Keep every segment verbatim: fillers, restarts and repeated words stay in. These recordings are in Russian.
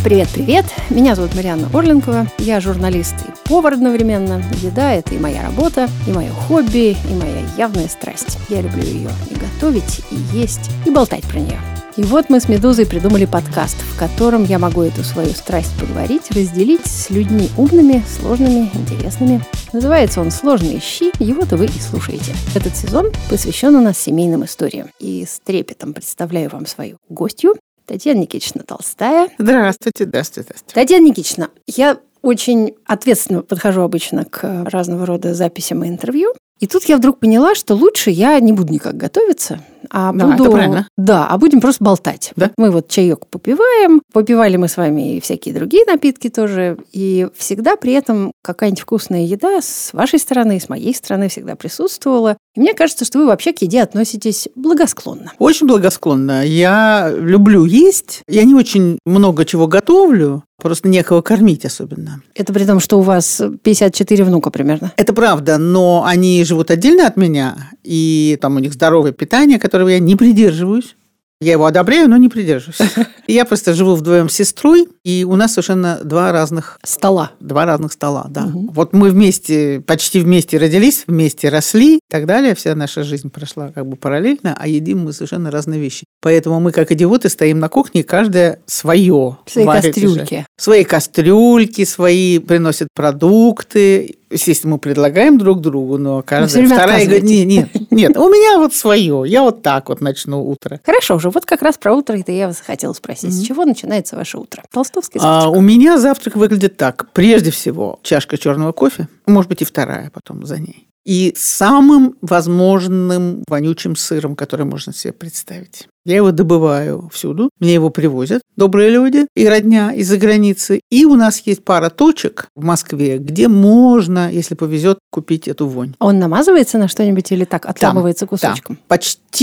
Привет-привет! Меня зовут Марьяна Орленкова. Я журналист и повар одновременно. Еда – это и моя работа, и мое хобби, и моя явная страсть. Я люблю ее и готовить, и есть, и болтать про нее. И вот мы с Медузой придумали подкаст, в котором я могу эту свою страсть поговорить, разделить с людьми умными, сложными, интересными. Называется он «Сложные щи», его-то вы и слушаете. Этот сезон посвящен у нас семейным историям. И с трепетом представляю вам свою гостью, Татьяна Никитична Толстая. Здравствуйте, здравствуйте, здравствуйте. Татьяна Никитична, я очень ответственно подхожу обычно к разного рода записям и интервью. И тут я вдруг поняла, что лучше я не буду никак готовиться, а да, буду... это правильно. Да, а будем просто болтать. Да? Мы вот чаек попиваем, попивали мы с вами и всякие другие напитки тоже, и всегда при этом какая-нибудь вкусная еда с вашей стороны, с моей стороны всегда присутствовала. И мне кажется, что вы вообще к еде относитесь благосклонно. Очень благосклонно. Я люблю есть. Я не очень много чего готовлю, просто некого кормить особенно. Это при том, что у вас пятьдесят четыре внука примерно. Это правда, но они живут отдельно от меня, и там у них здоровое питание, которого я не придерживаюсь. Я его одобряю, но не придерживаюсь. Я просто живу вдвоем с сестрой, и у нас совершенно два разных стола. Два разных стола, да. Угу. Вот мы вместе, почти вместе родились, вместе росли и так далее. Вся наша жизнь прошла как бы параллельно, а едим мы совершенно разные вещи. Поэтому мы, как идиоты, стоим на кухне, и каждая свое. Свои кастрюльки. Уже. Свои кастрюльки, свои приносят продукты. Естественно, мы предлагаем друг другу, но каждая вторая говорит, нет, нет, нет, у меня вот свое, я вот так вот начну утро. Хорошо уже, вот как раз про утро это я вас хотела спросить. Mm-hmm. С чего начинается ваше утро? Толстовский завтрак? А, у меня завтрак выглядит так. Прежде всего, чашка черного кофе, может быть, и вторая потом за ней. И самым возможным вонючим сыром, который можно себе представить. Я его добываю всюду, мне его привозят добрые люди и родня из-за границы. И у нас есть пара точек в Москве, где можно, если повезет, купить эту вонь. Он намазывается на что-нибудь или так отламывается там, кусочком? Там.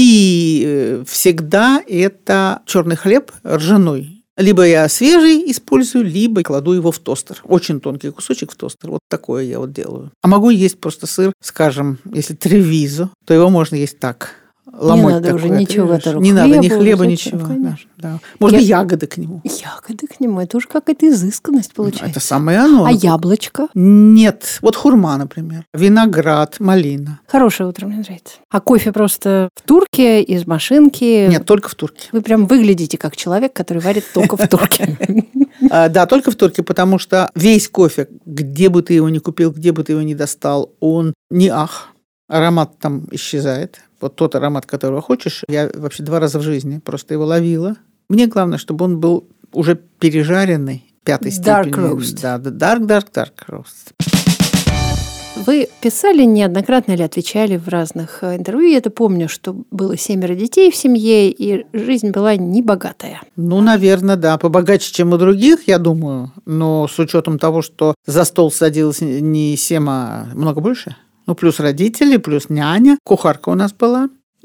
Почти всегда это черный хлеб ржаной. Либо я свежий использую, либо кладу его в тостер. Очень тонкий кусочек в тостер. Вот такое я вот делаю. А могу есть просто сыр, скажем, если тревизо, то его можно есть так. Не надо такое. Уже ничего в это. Не надо ни хлеба, ничего. Да, да. Можно я... ягоды к нему. Ягоды к нему. Это уже какая-то изысканность получается. Это самое оно. А яблочко? Нет. Вот хурма, например. Виноград, малина. Хорошее утро, мне нравится. А кофе просто в турке, из машинки? Нет, только в турке. Вы прям выглядите как человек, который варит только в турке. Да, только в турке, потому что весь кофе, где бы ты его ни купил, где бы ты его ни достал, он не ах. Аромат там исчезает. Вот тот аромат, которого хочешь, я вообще два раза в жизни просто его ловила. Мне главное, чтобы он был уже пережаренный, пятой dark степени. Roast. Да, dark, dark, dark roast. Вы писали неоднократно или отвечали в разных интервью. Я это помню, что было семеро детей в семье, и жизнь была небогатая. Ну, наверное, да. Побогаче, чем у других, я думаю. Но с учетом того, что за стол садилось не семь, а много больше. Ну, плюс родители, плюс няня. Кухарка у нас была.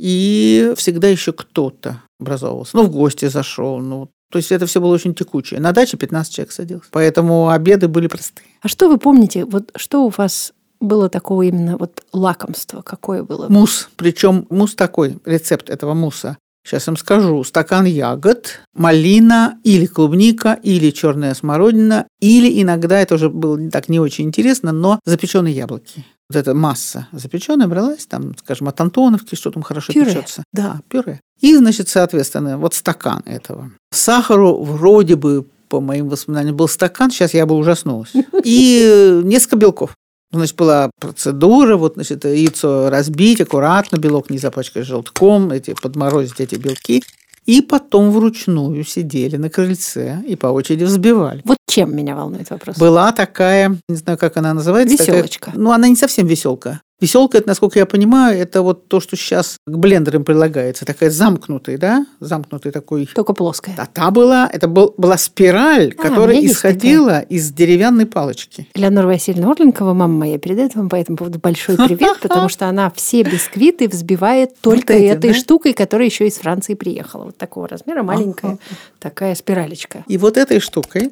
И всегда еще кто-то образовывался. Ну, в гости зашел. Ну, то есть это все было очень текучее. На даче пятнадцать человек садилось. Поэтому обеды были простые. А что вы помните? Вот что у вас было такого именно вот лакомства? Какое было? Мусс. Причем мусс такой, рецепт этого мусса. Сейчас им скажу. Стакан ягод, малина или клубника, или черная смородина, или иногда, это уже было так не очень интересно, но запеченные яблоки. Вот эта масса запеченная бралась, там, скажем, от Антоновки, что там хорошо пюре. Печется. Да, пюре. И, значит, соответственно, вот стакан этого. Сахару вроде бы, по моим воспоминаниям, был стакан, сейчас я бы ужаснулась. И несколько белков. Значит, была процедура, вот, значит, яйцо разбить аккуратно, белок не запачкать желтком, эти, подморозить эти белки. И потом вручную сидели на крыльце и по очереди взбивали. Вот чем меня волнует вопрос? Была такая, не знаю, как она называется. Веселочка. Такая, ну, она не совсем веселка. Веселка, это, насколько я понимаю, это вот то, что сейчас к блендерам прилагается. Такая замкнутая, да? Замкнутый такой. Только плоская. А та была, это был, была спираль, а, которая исходила из деревянной палочки. Элеонора Васильевна Орленкова, мама моя, передает вам по этому поводу большой привет, потому что она все бисквиты взбивает только вот этой да? штукой, которая еще из Франции приехала. Вот такого размера, маленькая такая спиралечка. И вот этой штукой сидит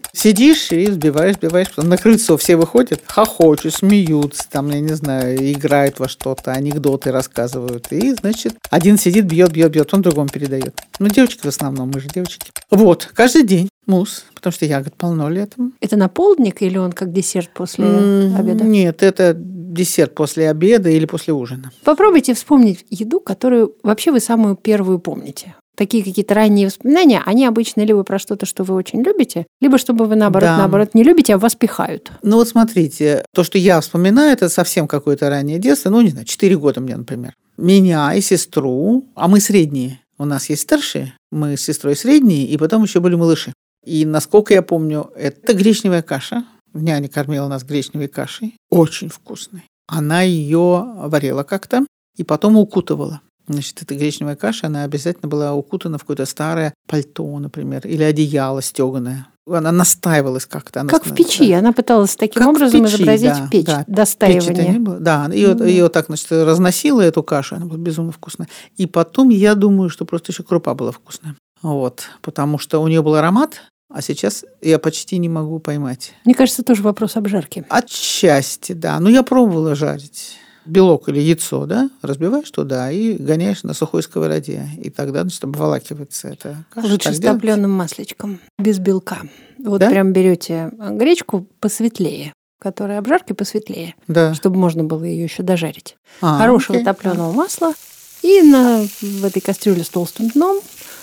сидишь и взбиваешь, взбиваешь. Потом на крыльцо все выходят, хохочут, смеются, там, я не знаю, играют во что-то, анекдоты рассказывают. И, значит, один сидит, бьет, бьет, бьет, он другому передает. Ну, девочки в основном, мы же девочки. Вот, каждый день мусс, потому что ягод полно летом. Это на полдник или он как десерт после mm, обеда? Нет, это десерт после обеда или после ужина. Попробуйте вспомнить еду, которую вообще вы самую первую помните. Такие какие-то ранние воспоминания, они обычно либо про что-то, что вы очень любите, либо чтобы вы, наоборот, да. наоборот не любите, а вас пихают. Ну вот смотрите, то, что я вспоминаю, это совсем какое-то раннее детство, ну, не знаю, четыре года мне, например. Меня и сестру, а мы средние. У нас есть старшие, мы с сестрой средние, и потом еще были малыши. И, насколько я помню, это гречневая каша. Няня кормила нас гречневой кашей. Очень вкусной. Она ее варила как-то и потом укутывала. Значит, эта гречневая каша, она обязательно была укутана в какое-то старое пальто, например, или одеяло стеганое. Она настаивалась как-то. Она как в печи. Да. Она пыталась таким как образом печи, изобразить да, печь, да. достаивание. Не было. Да, ее, mm-hmm. ее так, значит, разносила, эту кашу, она была безумно вкусная. И потом, я думаю, что просто еще крупа была вкусная. Вот, потому что у нее был аромат, а сейчас я почти не могу поймать. Мне кажется, тоже вопрос обжарки. Отчасти, да. Ну, я пробовала жарить. Белок или яйцо, да, разбиваешь туда и гоняешь на сухой сковороде. И тогда, значит, обволакивается это каша. Лучше с топленым масличком, без белка. Вот да? Прям берете гречку посветлее, которая обжарки посветлее, да. чтобы можно было ее еще дожарить. А, Хорошего окей. топленого масла. И на, в этой кастрюле с толстым дном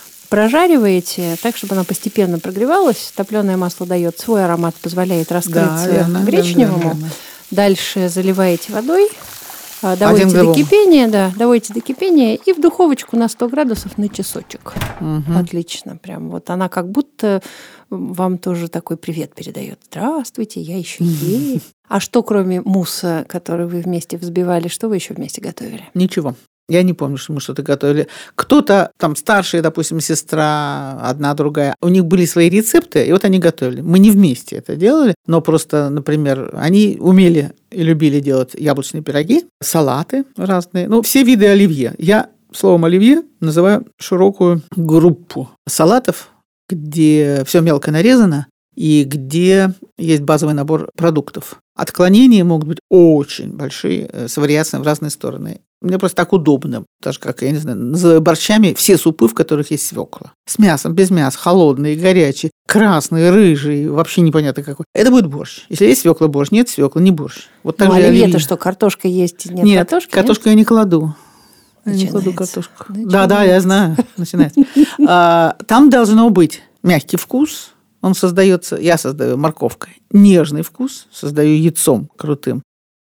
прожариваете так, чтобы она постепенно прогревалась. Топленое масло дает свой аромат, позволяет раскрыться да, верно, гречневому. Верно, верно. Дальше заливаете водой. Доводите до кипения, да, доводите до кипения и в духовочку на сто градусов на часочек. Угу. Отлично, прям вот она как будто вам тоже такой привет передает. Здравствуйте, я еще есть. А что кроме мусса, который вы вместе взбивали, что вы еще вместе готовили? Ничего. Я не помню, что мы что-то готовили. Кто-то, там, старшая, допустим, сестра, одна, другая, у них были свои рецепты, и вот они готовили. Мы не вместе это делали, но просто, например, они умели и любили делать яблочные пироги, салаты разные, ну, все виды оливье. Я словом оливье называю широкую группу салатов, где все мелко нарезано, и где есть базовый набор продуктов. Отклонения могут быть очень большие, с вариациями в разные стороны. Мне просто так удобно, даже как, я не знаю, называю борщами все супы, в которых есть свекла. С мясом, без мяса, холодные, горячие, красные, рыжие, вообще непонятно какой. Это будет борщ. Если есть свекла, борщ, нет свекла, не борщ. Вот так ну, же оливье-то что, картошка есть, нет, нет картошки? Картошку нет? Я не кладу. Я не кладу картошку. Да, да, я знаю. Начинается. Там должно быть мягкий вкус. Он создается, я создаю морковкой. Нежный вкус создаю яйцом крутым.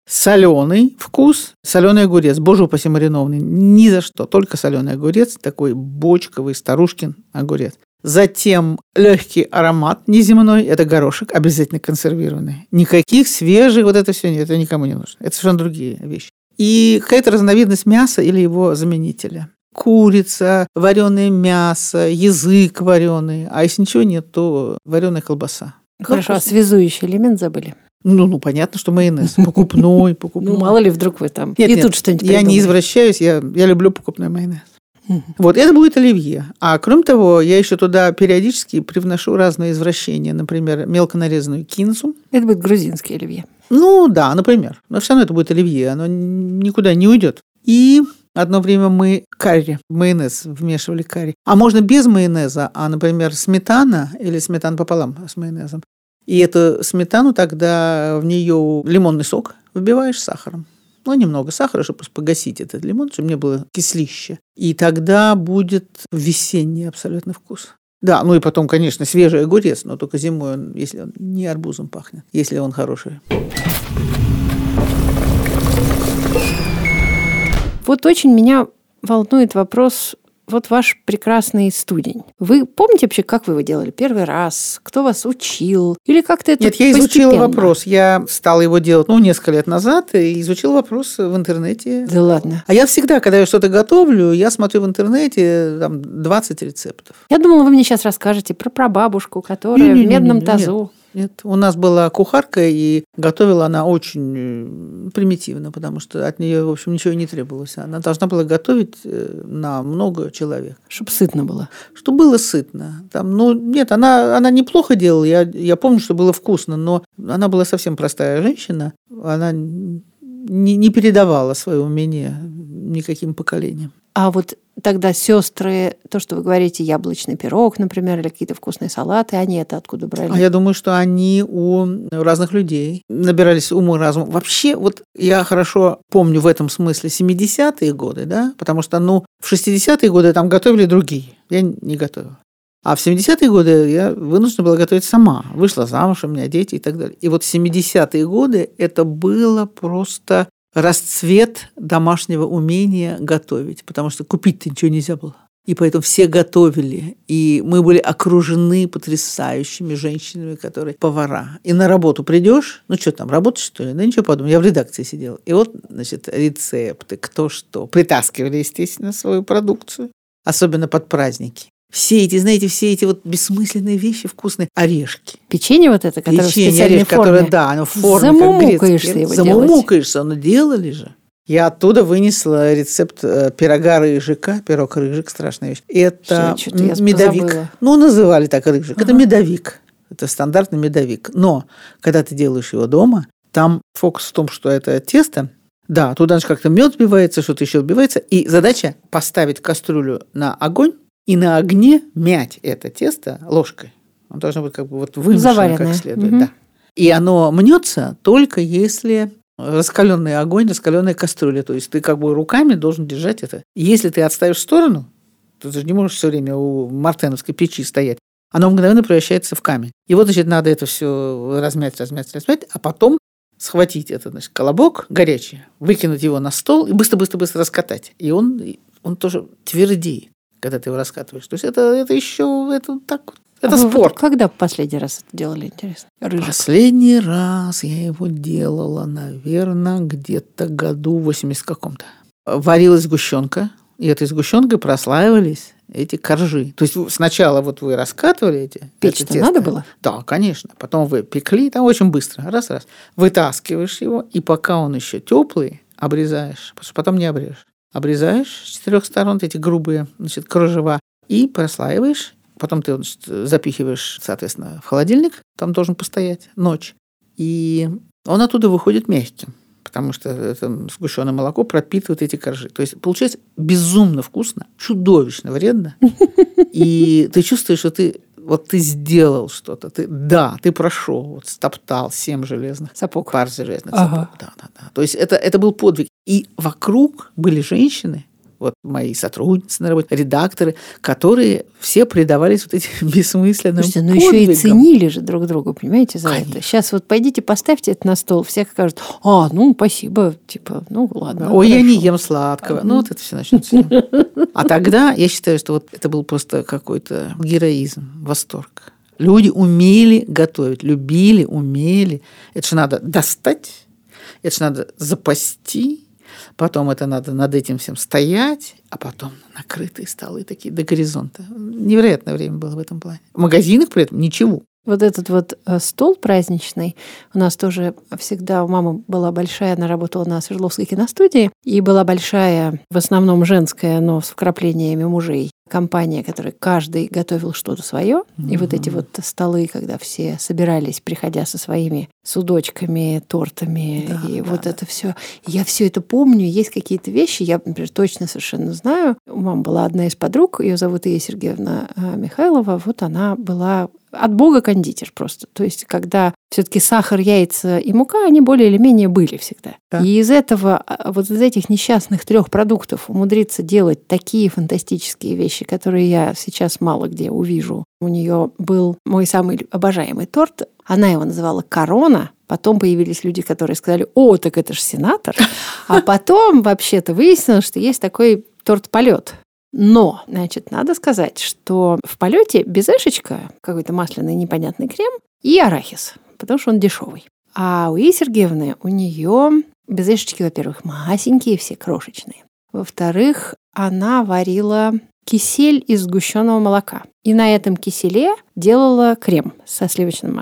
Соленый вкус, соленый огурец, боже упаси маринованный, ни за что, только соленый огурец, такой бочковый старушкин огурец. Затем легкий аромат неземной, это горошек, обязательно консервированный. Никаких свежих, вот это все нет, это никому не нужно. Это совершенно другие вещи. И какая-то разновидность мяса или его заменителя. Курица, вареное мясо, язык вареный. А если ничего нет, то вареная колбаса. Хорошо, а связующий элемент забыли? Ну, ну, понятно, что майонез. Покупной, покупной. Ну, мало ли, вдруг вы там нет, и нет, тут что-нибудь я придумали. не извращаюсь, я, я люблю покупной майонез. Угу. Вот, это будет оливье. А кроме того, я еще туда периодически привношу разные извращения. Например, мелко нарезанную кинзу. Это будет грузинский оливье. Ну, да, например. Но все равно это будет оливье, оно никуда не уйдет. И одно время мы карри, майонез вмешивали карри. А можно без майонеза, а, например, сметана или сметана пополам с майонезом. И эту сметану тогда в нее лимонный сок вбиваешь с сахаром. Ну, немного сахара, чтобы погасить этот лимон, чтобы не было кислище. И тогда будет весенний абсолютно вкус. Да, ну и потом, конечно, свежий огурец, но только зимой он, если он не арбузом пахнет, если он хороший. Вот очень меня волнует вопрос, вот ваш прекрасный студень. Вы помните вообще, как вы его делали первый раз? Кто вас учил? Или как-то это Нет, я изучила постепенно? вопрос. Я стала его делать, ну, несколько лет назад, и изучила вопрос в интернете. Да ладно? А я всегда, когда я что-то готовлю, я смотрю в интернете там двадцать рецептов. Я думала, вы мне сейчас расскажете про прабабушку, которая не, не, в медном не, не, тазу. Нет. У нас была кухарка, и готовила она очень примитивно, потому что от нее, в общем, ничего не требовалось. Она должна была готовить на много человек. Чтобы сытно было. Чтобы было сытно. Там, ну, нет, она, она неплохо делала. Я, я помню, что было вкусно, но она была совсем простая женщина. Она не, не передавала свое умение никаким поколениям. А вот тогда сестры, то, что вы говорите, яблочный пирог, например, или какие-то вкусные салаты, они это откуда брали? А я думаю, что они у разных людей набирались ума и разума. Вообще, вот я хорошо помню в этом смысле семидесятые годы, да, потому что, ну, в шестидесятые годы там готовили другие, я не готовила. А в семидесятые годы я вынуждена была готовить сама. Вышла замуж, у меня дети и так далее. И вот в семидесятые годы это было просто расцвет домашнего умения готовить, потому что купить-то ничего нельзя было. И поэтому все готовили. И мы были окружены потрясающими женщинами, которые повара. И на работу придешь, ну что там, работать что ли? Да ничего подумать, я в редакции сидела. И вот, значит, рецепты, кто что. Притаскивали, естественно, свою продукцию, особенно под праздники. Все эти, знаете, все эти вот бессмысленные вещи вкусные. Орешки. Печенье вот это, которое Печенье, в специальной орешки, форме. которое, да, оно в форме, Замумукаешься как его Замумукаешься, но делали же. Я оттуда вынесла рецепт пирога рыжика. Пирог рыжик, страшная вещь. Это медовик. Позабыла. Ну, называли так рыжик. Ага. Это медовик. Это стандартный медовик. Но, когда ты делаешь его дома, там фокус в том, что это тесто. Да, туда же как-то мед вбивается, что-то еще вбивается. И задача поставить кастрюлю на огонь, и на огне мять это тесто ложкой. Оно должно быть как бы вот вымешано как следует. Угу. Да. И оно мнется только если раскаленный огонь, раскаленная кастрюля. То есть ты как бы руками должен держать это. Если ты отставишь в сторону, то ты же не можешь все время у мартеновской печи стоять. Оно мгновенно превращается в камень. И вот, значит, надо это все размять, размять, размять, а потом схватить этот, значит, колобок горячий, выкинуть его на стол и быстро-быстро-быстро раскатать. И он, он тоже твердеет, когда ты его раскатываешь. То есть это, это еще это так вот. Это а спорт. Когда последний раз это делали, интересно? Рыжик. Последний раз я его делала, наверное, где-то году в восьмидесятом каком-то. Варилась сгущенка, и этой сгущенкой прослаивались эти коржи. То есть сначала вот вы раскатывали эти. Печь-то надо было? Да, конечно. Потом вы пекли, там очень быстро, раз-раз. Вытаскиваешь его, и пока он еще теплый, обрезаешь, потому что потом не обрежешь. Обрезаешь с четырех сторон эти грубые, значит, кружева и прослаиваешь. Потом ты, значит, запихиваешь, соответственно, в холодильник, там должен постоять ночь. И он оттуда выходит мягким, потому что это сгущенное молоко пропитывает эти коржи. То есть получается безумно вкусно, чудовищно вредно. И ты чувствуешь, что ты вот ты сделал что-то. Ты, да, ты прошел, вот, стоптал семь железных сапог. Пар железных ага. сапог. Да, да, да. То есть это, это был подвиг. И вокруг были женщины, вот мои сотрудницы на работе, редакторы, которые все предавались вот этим бессмысленным Слушайте, ну подвигам. еще и ценили же друг друга, понимаете, за Конечно. это. Сейчас вот пойдите, поставьте это на стол, все скажут, а, ну, спасибо, типа, ну, ладно. Ой, хорошо. Я не ем сладкого. Ну, вот это все начнется. А тогда я считаю, что вот это был просто какой-то героизм, восторг. Люди умели готовить, любили, умели. Это же надо достать, это же надо запасти. Потом это надо над этим всем стоять, а потом накрытые столы такие до горизонта. Невероятное время было в этом плане. В магазинах при этом ничего. Вот этот вот стол праздничный у нас тоже всегда, у мамы была большая, она работала на Свердловской киностудии, и была большая, в основном женская, но с вкраплениями мужей, компания, которая каждый готовил что-то свое. Mm-hmm. И вот эти вот столы, когда все собирались, приходя со своими судочками, тортами, да, и да, вот да. это все. Я все это помню. Есть какие-то вещи, я, например, точно совершенно знаю. У мамы была одна из подруг, ее зовут Ия Сергеевна Михайлова. Вот она была от бога кондитер просто. То есть, когда все-таки сахар, яйца и мука, они более или менее были всегда. Да. И из этого, вот из этих несчастных трех продуктов умудриться делать такие фантастические вещи, которые я сейчас мало где увижу. У нее был мой самый обожаемый торт. Она его называла «Корона». Потом появились люди, которые сказали, о, так это же сенатор. А потом вообще-то выяснилось, что есть такой торт-полет. Но, значит, надо сказать, что в полете безешечка, какой-то масляный непонятный крем и арахис, потому что он дешевый. А у Ии Сергеевны, у нее безешечки, во-первых, масенькие, все крошечные. Во-вторых, она варила кисель из сгущенного молока. И на этом киселе делала крем со сливочным маслом.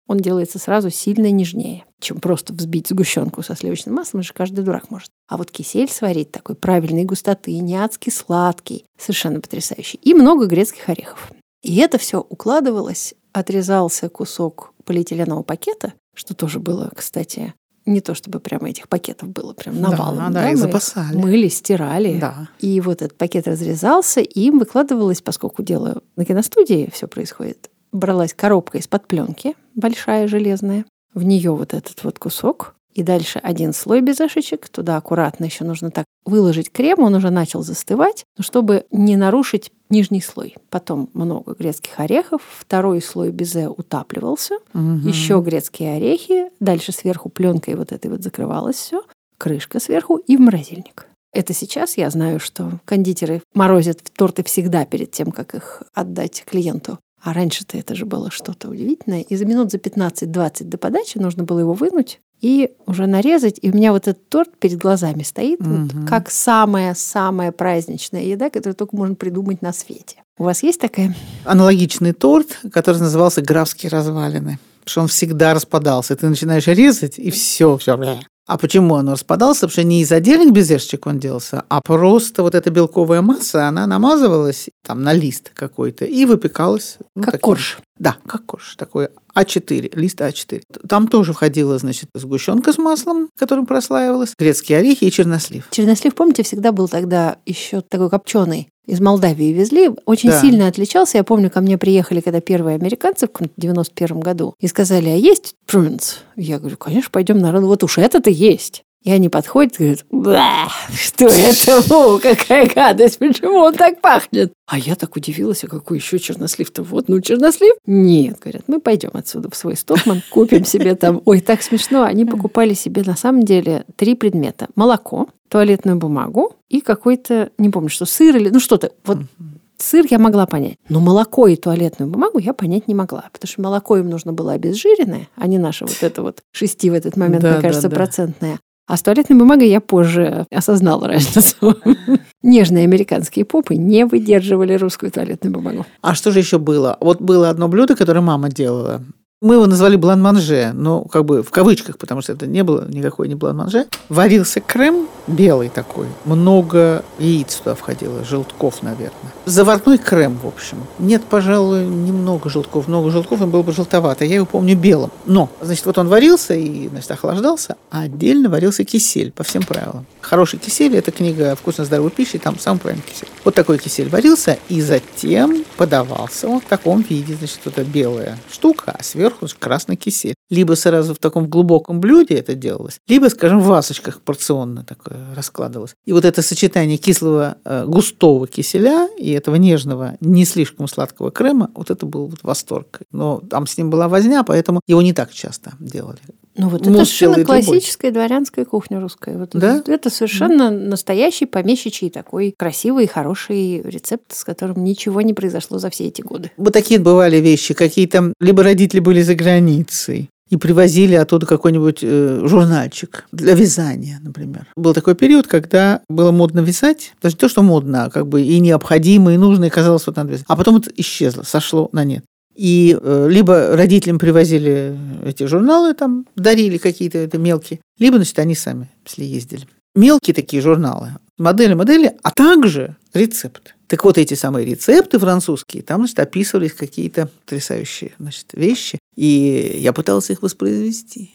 он делается сразу сильно нежнее, чем просто взбить сгущенку со сливочным маслом, это же каждый дурак может. А вот кисель сварить такой правильной густоты, не адски сладкий, совершенно потрясающий. И много грецких орехов. И это все укладывалось, отрезался кусок полиэтиленового пакета, что тоже было, кстати, не то чтобы прямо этих пакетов было прям навалом. Да, да, да, их запасали. Мыли, стирали. Да. И вот этот пакет разрезался, и им выкладывалось, поскольку дело на киностудии все происходит, бралась коробка из-под пленки, большая, железная, в нее вот этот вот кусок, и дальше один слой без ошибок, туда аккуратно еще нужно так выложить крем, он уже начал застывать, но чтобы не нарушить нижний слой. Потом много грецких орехов, второй слой безе утапливался, угу. Еще грецкие орехи, дальше сверху пленкой вот этой вот закрывалось все, крышка сверху и в морозильник. Это сейчас я знаю, что кондитеры морозят торты всегда перед тем, как их отдать клиенту. А раньше-то это же было что-то удивительное. И за минут за пятнадцать-двадцать до подачи нужно было его вынуть и уже нарезать. И у меня вот этот торт перед глазами стоит, угу. вот, как самая-самая праздничная еда, которую только можно придумать на свете. У вас есть такая? Аналогичный торт, который назывался «Графские развалины». Потому что он всегда распадался. Ты начинаешь резать, и все, все. А почему он распадался? Потому что не из отдельных безешечек он делался, а просто вот эта белковая масса, она намазывалась там на лист какой-то и выпекалась. Ну, как таким, корж. Да, как корж. Такой а четыре, лист а четыре. Там тоже входила, значит, сгущенка с маслом, которым прослаивалась, грецкие орехи и чернослив. Чернослив, помните, всегда был тогда еще такой копченый. Из Молдавии везли, очень да. сильно отличался. Я помню, ко мне приехали, когда первые американцы в девяносто первом году, и сказали, а есть прунс? Я говорю, конечно, пойдем на рынок, вот уж этот и есть. И они подходят и говорят, да, что это, о, какая гадость, почему он так пахнет? А я так удивилась, а какой еще чернослив-то? Вот, ну, чернослив? Нет, говорят, мы пойдем отсюда в свой Стокман, купим себе там. Ой, так смешно. Они покупали себе, на самом деле, три предмета. Молоко, туалетную бумагу и какой-то, не помню, что сыр или, ну, что-то. Вот сыр я могла понять, но молоко и туалетную бумагу я понять не могла, потому что молоко им нужно было обезжиренное, а не наше вот это вот шести в этот момент, да, мне кажется, да, да. процентное. А с туалетной бумагой я позже осознала разницу. Нежные американские попы не выдерживали русскую туалетную бумагу. А что же еще было? Вот было одно блюдо, которое мама делала. Мы его назвали блан-манже, но как бы в кавычках, потому что это не было никакой не блан-манже. Варился крем белый такой, много яиц туда входило, желтков, наверное. Заварной крем, в общем. Нет, пожалуй, немного желтков, много желтков, он был бы желтовато. Я его помню белым. Но, значит, вот он варился и, значит, охлаждался, а отдельно варился кисель по всем правилам. Хороший кисель – это книга «Вкусно-здоровой пищи», там самый правильный кисель. Вот такой кисель варился, и затем подавался он в таком виде, значит, вот эта белая штука, а сверху красный кисель. Либо сразу в таком глубоком блюде это делалось, либо, скажем, в васочках порционно такое раскладывалось. И вот это сочетание кислого э, густого киселя и этого нежного, не слишком сладкого крема, вот это был вот восторг. Но там с ним была возня, поэтому его не так часто делали. Ну вот это совершенно классическая дворянская кухня русская. Вот да? это, это совершенно mm. настоящий помещичий такой красивый и хороший рецепт, с которым ничего не произошло за все эти годы. Вот такие бывали вещи. Какие-то либо родители были за границей и привозили оттуда какой-нибудь э, журнальчик для вязания, например. Был такой период, когда было модно вязать. Даже не то, что модно, а как бы и необходимо, и нужно, и казалось, вот надо вязать. А потом это исчезло, сошло на нет. И э, либо родителям привозили эти журналы, там, дарили какие-то это мелкие, либо, значит, они сами, если ездили. Мелкие такие журналы, модели-модели, а также рецепты. Так вот, эти самые рецепты французские, там, значит, описывались какие-то потрясающие, значит, вещи. И я пыталась их воспроизвести.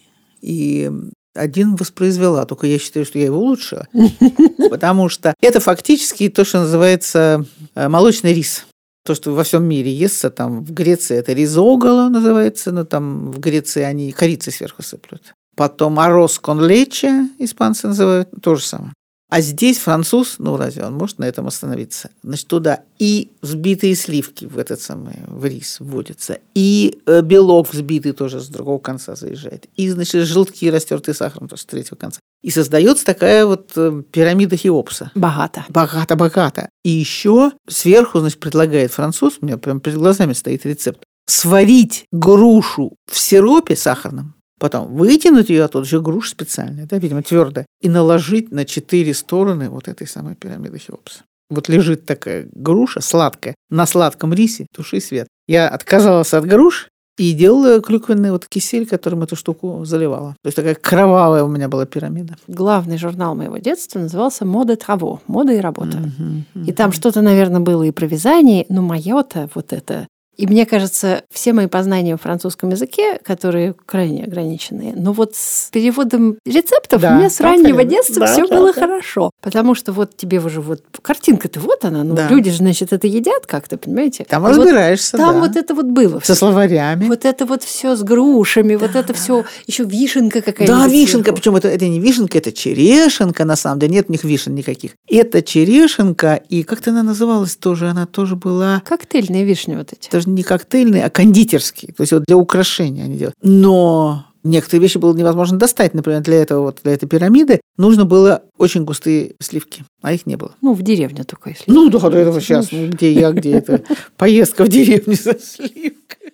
И один воспроизвела, только я считаю, что я его улучшила. Потому что это фактически то, что называется молочный рис. То, что во всем мире естся, там в Греции это ризоголо называется, но там в Греции они корицей сверху сыплют. Потом арроз кон лече, испанцы называют, то же самое. А здесь француз, ну разве он может на этом остановиться? Значит, туда и взбитые сливки в этот самый в рис вводятся, и белок взбитый тоже с другого конца заезжает, и, значит, желтки, растертый сахаром тоже с третьего конца. И создается такая вот пирамида Хеопса. Богато. Богато-богато. И еще сверху, значит, предлагает француз, у меня прямо перед глазами стоит рецепт, сварить грушу в сиропе сахарном, потом вытянуть ее оттуда, еще груша специальная, да, видимо, твердая, и наложить на четыре стороны вот этой самой пирамиды Хеопса. Вот лежит такая груша сладкая на сладком рисе, туши свет. Я отказалась от груш, И делала клюквенный вот кисель, которым эту штуку заливала. То есть такая кровавая у меня была пирамида. Главный журнал моего детства назывался «Мода Траво», «Мода и работа». Uh-huh, uh-huh. И там что-то, наверное, было и про вязание, но мое-то вот это... И мне кажется, все мои познания в французском языке, которые крайне ограниченные, но вот с переводом рецептов да, мне с раннего понятно. детства да, все да, было да. хорошо. Потому что вот тебе уже вот картинка-то вот она, ну да. люди же, значит, это едят как-то, понимаете? Там а разбираешься, вот, Там да. вот это вот было. Со словарями. Вот это вот все с грушами, да, вот это да. все, еще вишенка какая-то. Да, вишенка, причем это, это не вишенка, это черешенка, на самом деле, нет у них вишен никаких. Это черешенка, и как-то она называлась тоже, она тоже была... Коктейльные вишни вот эти. Даже не коктейльные, а кондитерские, то есть вот для украшения они делают. Но некоторые вещи было невозможно достать, например, для этого вот для этой пирамиды нужно было очень густые сливки, а их не было. Ну, в деревне только если. Ну, да, до этого сейчас, ну, где я, где это поездка в деревню со сливкой.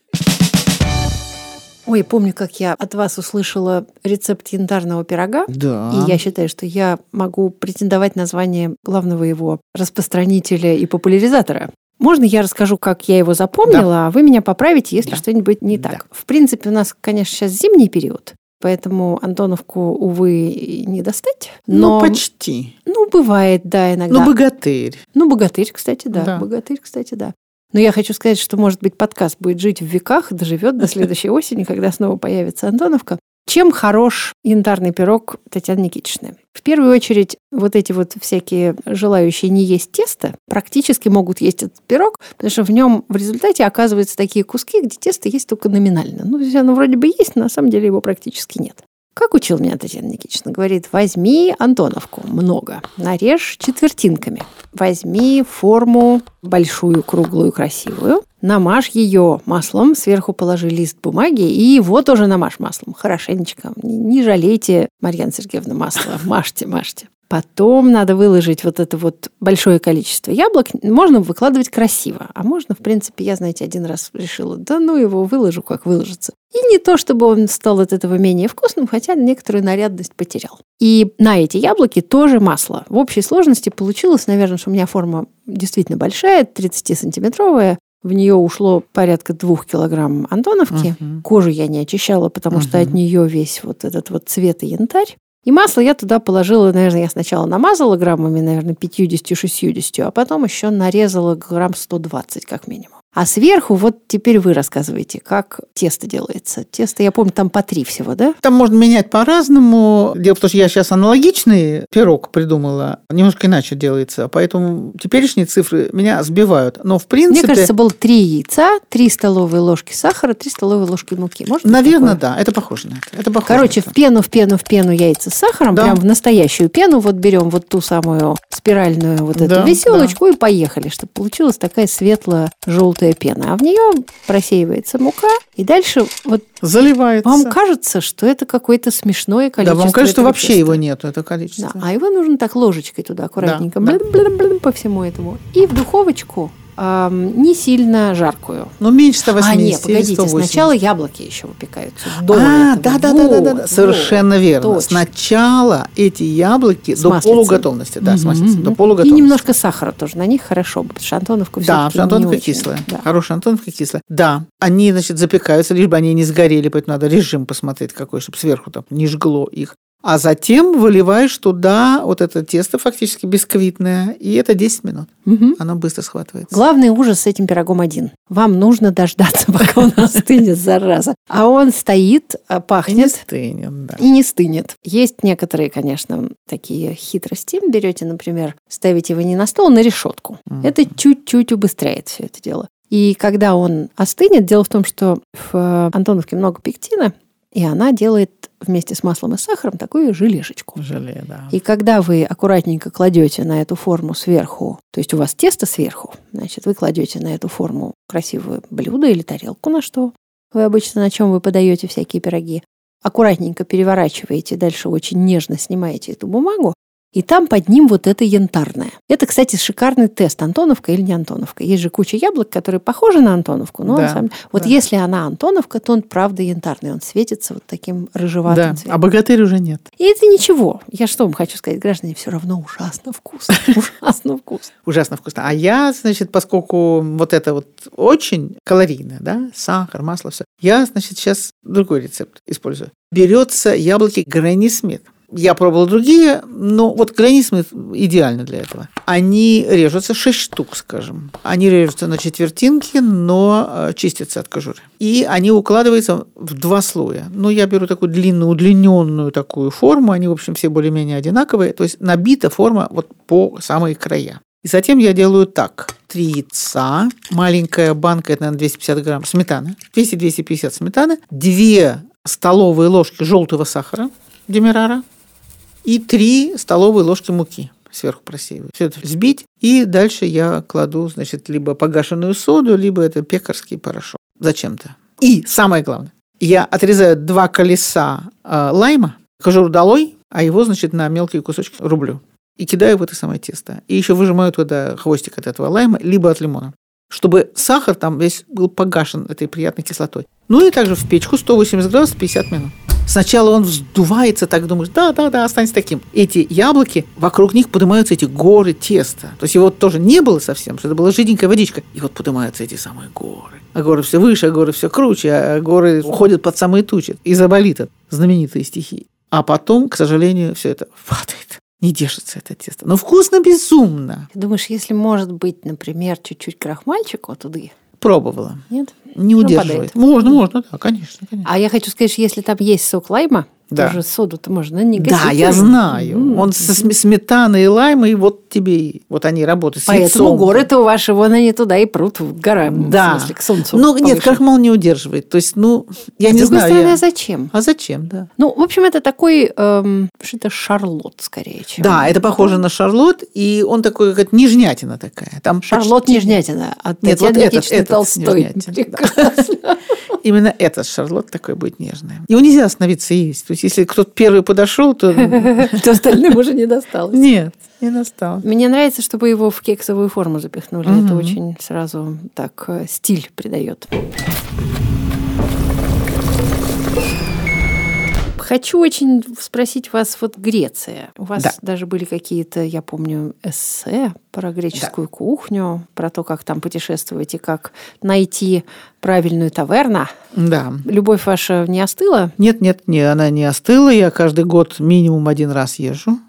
Ой, помню, как я от вас услышала рецепт янтарного пирога. Да. И я считаю, что я могу претендовать на звание главного его распространителя и популяризатора. Можно я расскажу, как я его запомнила, да. а вы меня поправите, если да. что-нибудь не так. Да. В принципе, у нас, конечно, сейчас зимний период, поэтому Антоновку, увы, не достать. Но... Ну, почти. Ну, бывает, да, иногда. Ну, богатырь. Ну, богатырь, кстати, да. да. Богатырь, кстати, да. Но я хочу сказать, что, может быть, подкаст будет жить в веках, доживет до следующей осени, когда снова появится Антоновка. Чем хорош янтарный пирог Татьяны Никитичны? В первую очередь, вот эти вот всякие желающие не есть тесто практически могут есть этот пирог, потому что в нем в результате оказываются такие куски, где тесто есть только номинально. Ну, то есть оно вроде бы есть, но на самом деле его практически нет. Как учил меня Татьяна Никитична? Говорит, возьми Антоновку, много, нарежь четвертинками. Возьми форму большую, круглую, красивую, намажь ее маслом, сверху положи лист бумаги и его тоже намажь маслом. Хорошенечко. Не жалейте, Марьяна Сергеевна, масла. Мажьте, мажьте. Потом надо выложить вот это вот большое количество яблок. Можно выкладывать красиво. А можно, в принципе, я, знаете, один раз решила, да ну его выложу, как выложится. И не то, чтобы он стал от этого менее вкусным, хотя некоторую нарядность потерял. И на эти яблоки тоже масло. В общей сложности получилось, наверное, что у меня форма действительно большая, тридцатисантиметровая. В нее ушло порядка двух килограмм Антоновки. Uh-huh. Кожу я не очищала, потому uh-huh. что от нее весь вот этот вот цвет и янтарь. И масло я туда положила, наверное, я сначала намазала граммами, наверное, пятьдесят-шестьдесят, а потом еще нарезала грамм сто двадцать как минимум. А сверху вот теперь вы рассказываете, как тесто делается. Тесто, я помню, там по три всего, да? Там можно менять по-разному. Дело в том, что я сейчас аналогичный пирог придумала, немножко иначе делается, поэтому теперешние цифры меня сбивают. Но в принципе... Мне кажется, было три яйца, три столовые ложки сахара, три столовые ложки муки. Можно Наверное, такое? Да. Это похоже на это. это похоже Короче, в пену, в пену, в пену яйца с сахаром, да. прям в настоящую пену. Вот берем вот ту самую спиральную вот эту да, веселочку да. и поехали, чтобы получилась такая светло-желтая пена, а в нее просеивается мука, и дальше вот заливается. Вам кажется, что это какое-то смешное количество. Да, вам кажется, что вообще теста. Его нету, это количество. Да, а его нужно так ложечкой туда аккуратненько, да, блин-блин-блин, да. по всему этому. И в духовочку эм, не сильно жаркую. Ну, меньше сто восемьдесят. А, нет, погодите, сто восемьдесят. Сначала яблоки еще выпекаются. До а, этого. да, да, вот, да, да, да, совершенно вот, верно. точно. Сначала эти яблоки с до маслицем. полуготовности, да, угу, с маслицем, угу. до полуготовности. И немножко сахара тоже на них хорошо, потому что Антоновка все-таки да, потому что Антоновка не кислая. Очень, да. Хорошая Антоновка кислая. Да, они, значит, запекаются, лишь бы они не сгорели, поэтому надо режим посмотреть какой, чтобы сверху там не жгло их. А затем выливаешь туда вот это тесто фактически бисквитное, и это десять минут. Угу. Оно быстро схватывается. Главный ужас с этим пирогом один. Вам нужно дождаться, пока он остынет, зараза. А он стоит, пахнет. И не стынет, да. И не стынет. Есть некоторые, конечно, такие хитрости. Берете, например, ставите его не на стол, а на решетку. Угу. Это чуть-чуть убыстряет все это дело. И когда он остынет, дело в том, что в Антоновке много пектина, и она делает вместе с маслом и сахаром такую желешечку. Желе, да. И когда вы аккуратненько кладете на эту форму сверху, то есть у вас тесто сверху, значит, вы кладете на эту форму красивое блюдо или тарелку, на что вы обычно, на чем вы подаете всякие пироги, аккуратненько переворачиваете, дальше очень нежно снимаете эту бумагу, И там под ним вот это янтарное. Это, кстати, шикарный тест, Антоновка или не Антоновка. Есть же куча яблок, которые похожи на Антоновку, но да, на самом... вот да. если она Антоновка, то он правда янтарный, он светится вот таким рыжеватым да. цветом. А богатырь уже нет. И это ничего. Я что вам хочу сказать, граждане, все равно ужасно вкусно. Ужасно вкусно. Ужасно вкусно. А я, значит, поскольку вот это вот очень калорийно, да, сахар, масло, все, я, значит, сейчас другой рецепт использую. Берется яблоки Гренни Смит. Я пробовала другие, но вот Гренни Смит идеально для этого. Они режутся шесть штук, скажем. Они режутся на четвертинки, но чистятся от кожуры. И они укладываются в два слоя. Ну, я беру такую длинную, удлиненную такую форму. Они, в общем, все более-менее одинаковые. То есть набита форма вот по самые края. И затем я делаю так. Три яйца, маленькая банка, это, наверное, двести пятьдесят грамм сметаны, двести - двести пятьдесят сметаны, две столовые ложки желтого сахара демерара и три столовые ложки муки сверху просеиваю. Все это взбить, и дальше я кладу, значит, либо погашенную соду, либо это пекарский порошок. Зачем-то. И самое главное, я отрезаю два колеса э, лайма, кожуру долой, а его, значит, на мелкие кусочки рублю. И кидаю в это самое тесто. И еще выжимаю туда хвостик от этого лайма, либо от лимона, чтобы сахар там весь был погашен этой приятной кислотой. Ну и также в печку сто восемьдесят градусов пятьдесят минут. Сначала он вздувается, так думаешь, да-да-да, останется таким. Эти яблоки, вокруг них поднимаются эти горы теста. То есть его тоже не было совсем, что это была жиденькая водичка. И вот поднимаются эти самые горы. А горы все выше, а горы все круче, а горы уходят под самые тучи. Изоболита, знаменитые стихи. А потом, к сожалению, все это падает. Не держится это тесто. Но вкусно безумно. Думаешь, если может быть, например, чуть-чуть крахмальчика туда? Пробовала. Нет? Не удерживает. Можно, можно, да, конечно, конечно. А я хочу сказать, что если там есть сок лайма, да. тоже соду-то можно не гасить. Да, я знаю. Mm-hmm. Он со сметаной и лаймой, вот тебе, вот они работают с Поэтому яйцом. горы-то ваши, вон они туда и прут в горам, да. в смысле, к солнцу. Ну, нет, крахмал не удерживает. То есть, ну, я а не с другой знаю. стороны, я... а зачем? А зачем, да. Ну, в общем, это такой, эм, что-то шарлот, скорее, чем... Да, это похоже да. на шарлот, и он такой, как нежнятина такая. Там шарлот почти... нежнятина, а нет, вот этот, этот Толстой. Именно этот шарлот такой будет нежный. Его нельзя остановиться есть. То есть, если кто-то первый подошел, то... То остальным уже не досталось. Нет, не досталось. Мне нравится, чтобы его в кексовую форму запихнули. Это очень сразу так стиль придает. Хочу очень спросить вас, вот Греция. У вас да. даже были какие-то, я помню, эссе про греческую да. кухню, про то, как там путешествовать и как найти правильную таверну. Да. Любовь ваша не остыла? Нет, нет, не, она не остыла. Я каждый год минимум один раз езжу.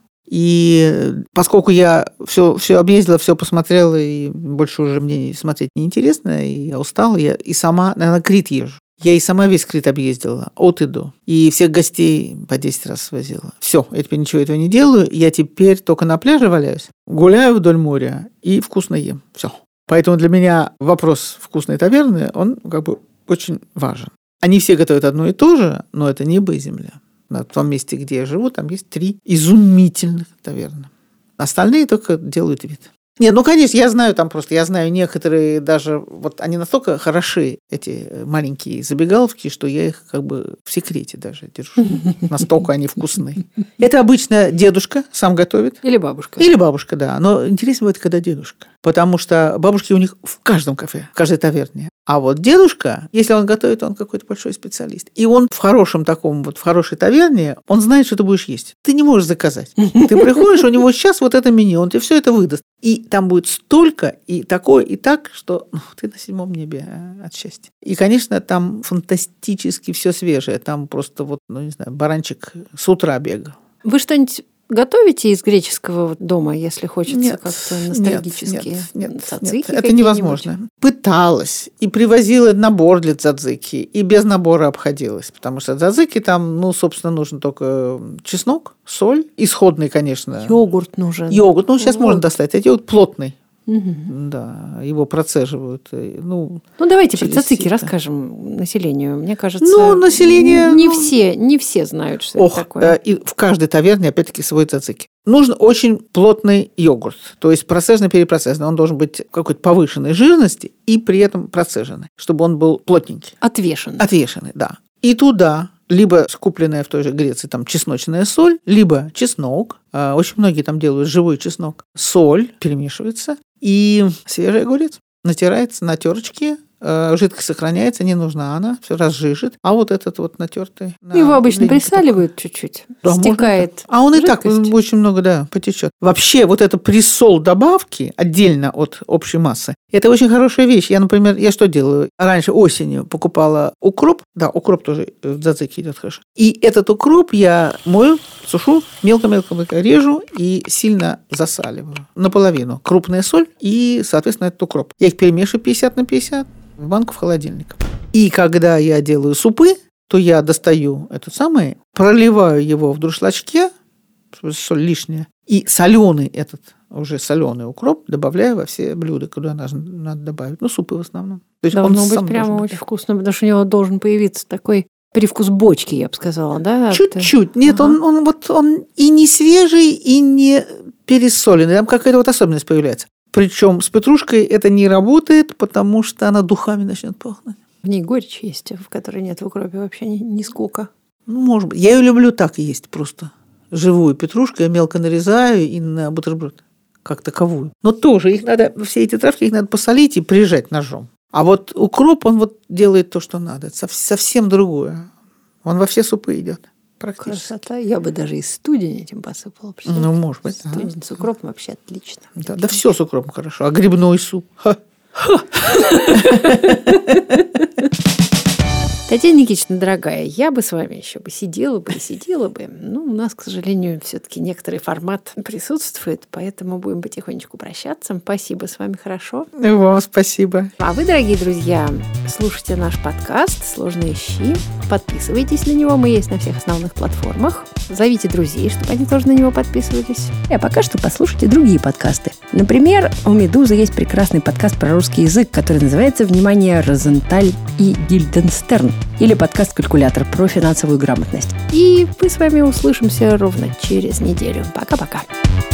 И поскольку я все, все объездила, все посмотрела, и больше уже мне смотреть неинтересно, и я устала, я и сама на Крит езжу. Я и сама весь Крит объездила, от и до. И всех гостей по десять раз свозила. Все, я теперь ничего этого не делаю. Я теперь только на пляже валяюсь, гуляю вдоль моря и вкусно ем. Все. Поэтому для меня вопрос вкусной таверны, он как бы очень важен. Они все готовят одно и то же, но это небо и земля. На том месте, где я живу, там есть три изумительных таверны. Остальные только делают вид. Нет, ну, конечно, я знаю там просто, я знаю некоторые даже, вот они настолько хороши, эти маленькие забегаловки, что я их как бы в секрете даже держу. Настолько они вкусные. Это обычно дедушка сам готовит. Или бабушка. Или бабушка, да. Но интересно будет, когда дедушка. Потому что бабушки у них в каждом кафе, в каждой таверне. А вот дедушка, если он готовит, он какой-то большой специалист. И он в хорошем таком, вот в хорошей таверне, он знает, что ты будешь есть. Ты не можешь заказать. Ты приходишь, у него сейчас вот это меню, он тебе все это выдаст. И там будет столько, и такое, и так, что ну, ты на седьмом небе от счастья. И, конечно, там фантастически все свежее. Там просто вот, ну, не знаю, баранчик с утра бегал. Вы что-нибудь готовите из греческого дома, если хочется нет, как-то ностальгически? Нет, нет, цацики нет, это невозможно. Пыталась и привозила набор для цацики, и без набора обходилась, потому что цацики там, ну, собственно, нужен только чеснок, соль, исходный, конечно. Йогурт нужен. Йогурт, ну, сейчас вот. Можно достать, это йогурт плотный. Угу. Да, его процеживают. Ну, ну давайте про цацики сито. Расскажем населению. Мне кажется, ну, население, не, ну... все, не все знают, что Ох, это такое. И в каждой таверне, опять-таки, свой цацики. Нужен очень плотный йогурт, то есть процежно-перепроцеженный. Он должен быть какой-то повышенной жирности и при этом процеженный, чтобы он был плотненький. Отвешенный. Отвешенный, да. И туда либо скупленная в той же Греции там чесночная соль, либо чеснок. Очень многие там делают живой чеснок. Соль перемешивается и свежий огурец. Натирается на терочке. Жидкость сохраняется, не нужна она, все разжижит. А вот этот вот натертый... Его обычно присаливают чуть-чуть, да, стекает. А он жидкость. И так очень много, да, потечет. Вообще вот это присол добавки отдельно от общей массы, это очень хорошая вещь. Я, например, я что делаю? Раньше осенью покупала укроп, да, укроп тоже в дзадзики идет хорошо. И этот укроп я мою, сушу, мелко-мелко режу и сильно засаливаю. Наполовину. Крупная соль и, соответственно, этот укроп. Я их перемешиваю пятьдесят на пятьдесят. В банку в холодильник. И когда я делаю супы, то я достаю этот самый, проливаю его в дуршлачке, соль лишняя, и соленый этот, уже соленый укроп добавляю во все блюда, куда надо, надо добавить. Ну, супы в основном. То есть должно он быть прямо очень вкусно, потому что у него должен появиться такой привкус бочки, я бы сказала, да? Чуть-чуть. Нет, ага. он, он, вот, он и не свежий, и не пересоленный. Там какая-то вот особенность появляется. Причем с петрушкой это не работает, потому что она духами начнет пахнуть. В ней горечь есть, в которой нет в укропе вообще ни, ни скука. Ну, может быть. Я ее люблю так есть просто. Живую петрушку я мелко нарезаю и на бутерброд как таковую. Но тоже их надо, все эти травки их надо посолить и прижать ножом. А вот укроп, он вот делает то, что надо. Это совсем другое. Он во все супы идет. Красота. Я бы даже из студени этим посыпала. Ну, может быть. Студень ага. с укропом вообще отлично. Да, да все с укропом хорошо. А грибной суп? Татьяна Никитична, дорогая, я бы с вами еще бы сидела бы и сидела бы. Ну, у нас, к сожалению, все-таки некоторый формат присутствует, поэтому будем потихонечку прощаться. Спасибо, с вами хорошо. И вам спасибо. А вы, дорогие друзья, слушайте наш подкаст «Сложные щи». Подписывайтесь на него, мы есть на всех основных платформах. Зовите друзей, чтобы они тоже на него подписывались. А пока что послушайте другие подкасты. Например, у «Медузы» есть прекрасный подкаст про русский язык, который называется «Внимание, Розенталь и Гильденстерн». Или подкаст «Калькулятор» про финансовую грамотность. И мы с вами услышимся ровно через неделю. Пока-пока.